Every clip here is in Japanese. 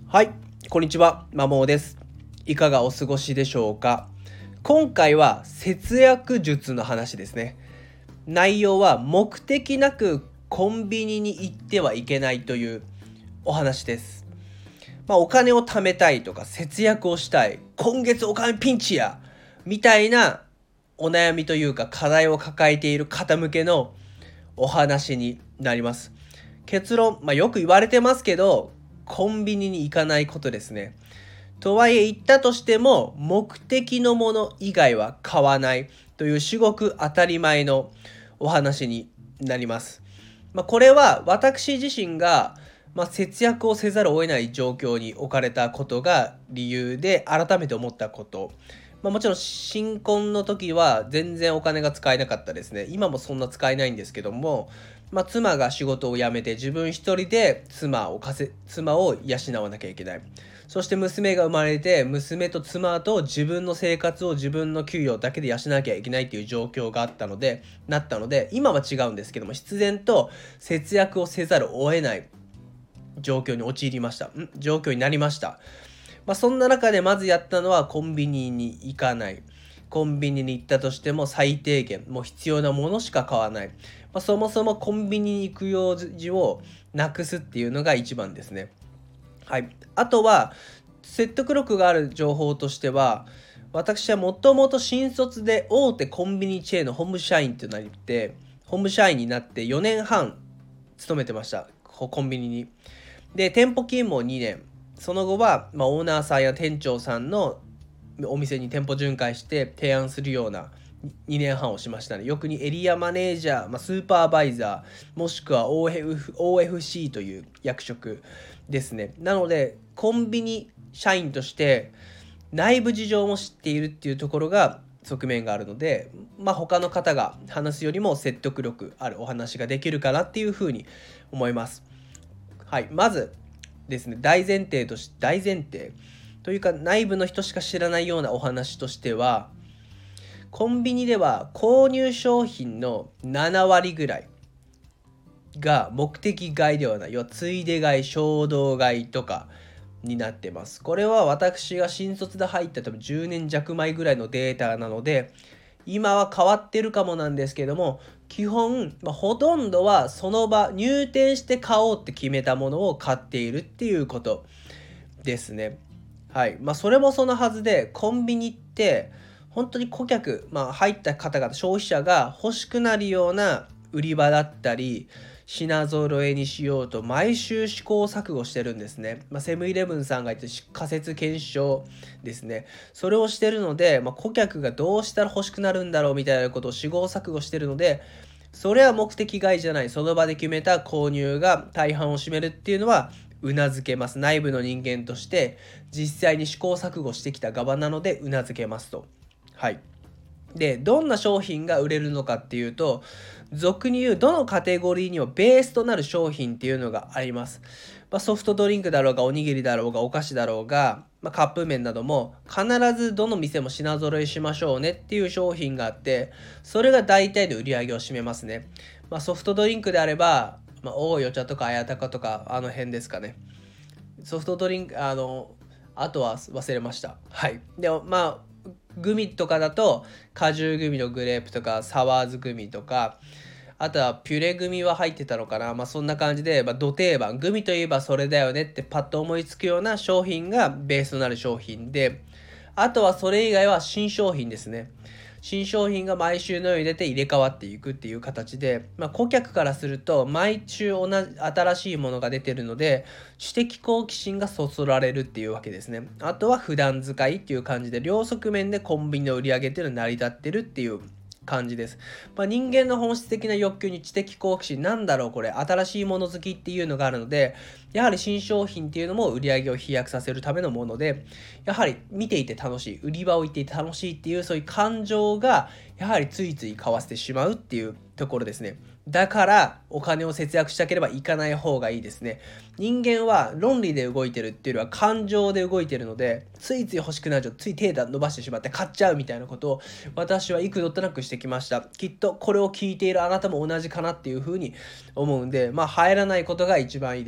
はい、こんにちは、まもです。いかがお過ごしでしょうか。今回は節約術の話ですね。内容は目的なくコンビニに行ってはいけないというお話です。お金を貯めたいとか節約をしたい、今月お金ピンチやみたいなお悩みというか課題を抱えている方向けのお話になります。結論、よく言われてますけど、コンビニに行かないことですね。とはいえ行ったとしても目的のもの以外は買わないという至極当たり前のお話になります。これは私自身が節約をせざるを得ない状況に置かれたことが理由で改めて思ったこと。もちろん新婚の時は全然お金が使えなかったですね。今もそんな使えないんですけども、妻が仕事を辞めて自分一人で妻を養わなきゃいけない。そして娘が生まれて、娘と妻と自分の生活を自分の給与だけで養わなきゃいけないっていう状況がなったので、今は違うんですけども、必然と節約をせざるを得ない状況になりました。そんな中でまずやったのはコンビニに行かない。コンビニに行ったとしても最低限、もう必要なものしか買わない。そもそもコンビニに行く用事をなくすっていうのが一番ですね。はい。あとは、説得力がある情報としては、私はもともと新卒で大手コンビニチェーンの本部社員となって、本部社員になって4年半勤めてました。コンビニに。で、店舗勤務を2年。その後は、オーナーさんや店長さんのお店に店舗巡回して提案するような2年半をしましたね。よくにエリアマネージャー、スーパーバイザー、もしくは OFC という役職ですね。なので、コンビニ社員として内部事情も知っているっていうところが側面があるので、他の方が話すよりも説得力あるお話ができるかなっていうふうに思います。はい、まずですね、大前提というか内部の人しか知らないようなお話としては、コンビニでは購入商品の7割ぐらいが目的買いではない、要はついで買い、衝動買いとかになってます。これは私が新卒で入った多分10年弱前ぐらいのデータなので、今は変わってるかもなんですけども、基本、ほとんどはその場入店して買おうって決めたものを買っているっていうことですね。はい。それもそのはずで、コンビニって本当に顧客、入った方々、消費者が欲しくなるような売り場だったり、品揃えにしようと毎週試行錯誤してるんですね。セブンイレブンさんが言って仮説検証ですね。それをしてるので、顧客がどうしたら欲しくなるんだろうみたいなことを試行錯誤してるので、それは目的買いじゃない、その場で決めた購入が大半を占めるっていうのはうなずけます。内部の人間として実際に試行錯誤してきた側なのでうなずけますと。はい。で、どんな商品が売れるのかっていうと、俗に言うどのカテゴリーにもベースとなる商品っていうのがあります。ソフトドリンクだろうがおにぎりだろうがお菓子だろうが、カップ麺なども必ずどの店も品揃えしましょうねっていう商品があって、それが大体の売り上げを占めますね。ソフトドリンクであれば、多いお茶とか綾鷹とかあの辺ですかね。ソフトドリンク、あとは忘れました。はい。でもグミとかだと果汁グミのグレープとかサワーズグミとか、あとはピュレグミは入ってたのかな。そんな感じで、ド定番グミといえばそれだよねってパッと思いつくような商品がベースとなる商品で、あとはそれ以外は新商品ですね。新商品が毎週のように出て入れ替わっていくっていう形で、顧客からすると毎週新しいものが出てるので、知的好奇心がそそられるっていうわけですね。あとは普段使いっていう感じで、両側面でコンビニの売り上げっていうのは成り立ってるっていう感じです。人間の本質的な欲求に知的好奇心、なんだろうこれ、新しいもの好きっていうのがあるので、やはり新商品っていうのも売り上げを飛躍させるためのもので、やはり見ていて楽しい、売り場を行っていて楽しいっていうそういう感情がやはりついつい買わせてしまうっていうところですね。だからお金を節約したければ行かない方がいいですね。人間は論理で動いてるっていうよりは感情で動いてるので、ついつい欲しくなるとつい手伸ばしてしまって買っちゃうみたいなことを私は幾度となくしてきました。きっとこれを聞いているあなたも同じかなっていうふうに思うんで、入らないことが一番いいです。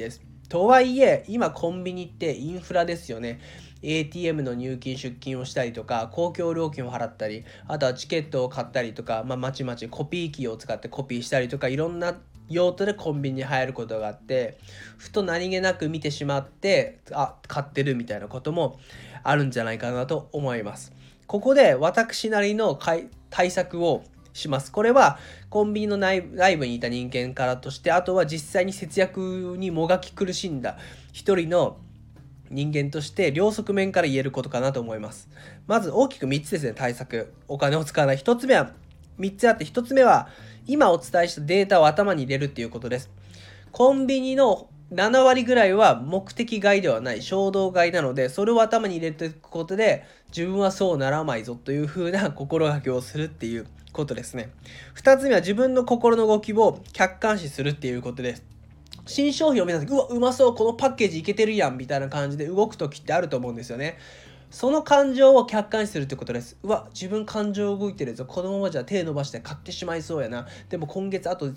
とはいえ、今コンビニってインフラですよね。ATM の入金出金をしたりとか、公共料金を払ったり、あとはチケットを買ったりとか、まちまちコピー機を使ってコピーしたりとか、いろんな用途でコンビニに入ることがあって、ふと何気なく見てしまって、買ってるみたいなこともあるんじゃないかなと思います。ここで私なりの対策をします。これはコンビニの内部にいた人間からとして、あとは実際に節約にもがき苦しんだ一人の人間として両側面から言えることかなと思います。まず大きく3つですね、対策。お金を使わない。1つ目は3つあって、1つ目は今お伝えしたデータを頭に入れるっていうことです。コンビニの7割ぐらいは目的外ではない衝動買いなので、それを頭に入れていくことで自分はそうならないぞという風な心がけをするっていうことですね。2つ目は自分の心の動きを客観視するっていうことです。新商品を見た時、うわ、うまそう、このパッケージいけてるやんみたいな感じで動く時ってあると思うんですよね。その感情を客観視するってことです。うわ、自分感情動いてるぞ。このままじゃ手伸ばして買ってしまいそうやな。でも今月あと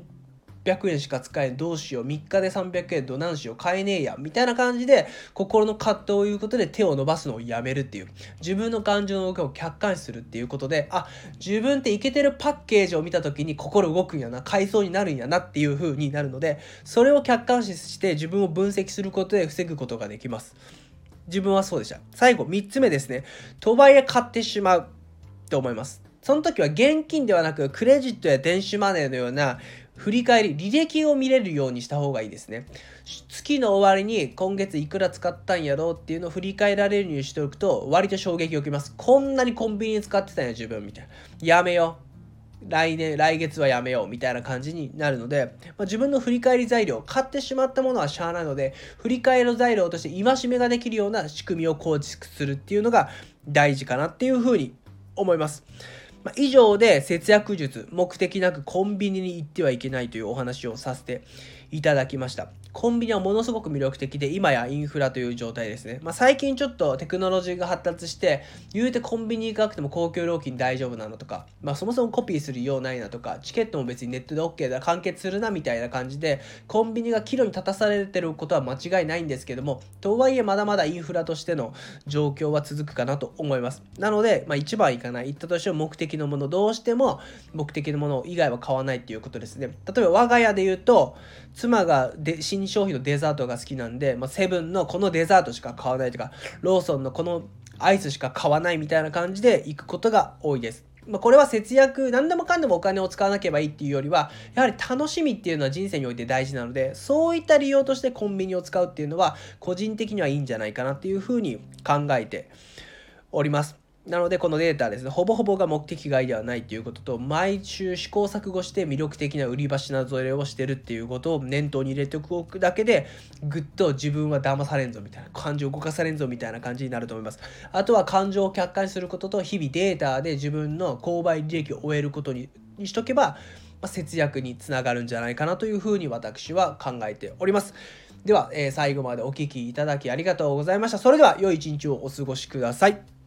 300円しか使えん。どうしよう。3日で300円どなんしよう。買えねえや。みたいな感じで、心の葛藤を言うことで手を伸ばすのをやめるっていう。自分の感情の動きを客観視するっていうことで、自分ってイケてるパッケージを見た時に心動くんやな。買いそうになるんやなっていう風になるので、それを客観視して自分を分析することで防ぐことができます。自分はそうでした。最後、3つ目ですね。とはいえ買ってしまうと思います。その時は現金ではなく、クレジットや電子マネーのような振り返り、履歴を見れるようにした方がいいですね。月の終わりに今月いくら使ったんやろうっていうのを振り返られるようにしておくと、割と衝撃を受けます。こんなにコンビニ使ってたんや、自分、みたいな。やめよう。来月はやめようみたいな感じになるので、自分の振り返り材料、買ってしまったものはしゃあないので、振り返る材料として戒めができるような仕組みを構築するっていうのが大事かなっていうふうに思います。以上で節約術、目的なくコンビニに行ってはいけないというお話をさせていただきました。コンビニはものすごく魅力的で、今やインフラという状態ですね。最近ちょっとテクノロジーが発達して、言うてコンビニ行かなくても公共料金大丈夫なのとか、そもそもコピーするようないなとか、チケットも別にネットで OK だ、完結するなみたいな感じで、コンビニが岐路に立たされてることは間違いないんですけども、とはいえまだまだインフラとしての状況は続くかなと思います。なので、一番行かない、行ったとしても目的のもの、どうしても目的のもの以外は買わないっていうことですね。例えば我が家で言うと、妻が新商品のデザートが好きなんで、セブンのこのデザートしか買わないとか、ローソンのこのアイスしか買わないみたいな感じで行くことが多いです。これは節約、何でもかんでもお金を使わなければいいっていうよりは、やはり楽しみっていうのは人生において大事なので、そういった利用としてコンビニを使うっていうのは、個人的にはいいんじゃないかなっていうふうに考えております。なのでこのデータはですね、ほぼほぼが目的外ではないということと、毎週試行錯誤して魅力的な売り場品揃えをしてるっていうことを念頭に入れておくだけで、ぐっと自分は騙されんぞみたいな、感情を動かされんぞみたいな感じになると思います。あとは感情を客観視することと、日々データで自分の購買履歴を終えることにしとけば、節約につながるんじゃないかなというふうに私は考えております。では、最後までお聞きいただきありがとうございました。それでは良い一日をお過ごしください。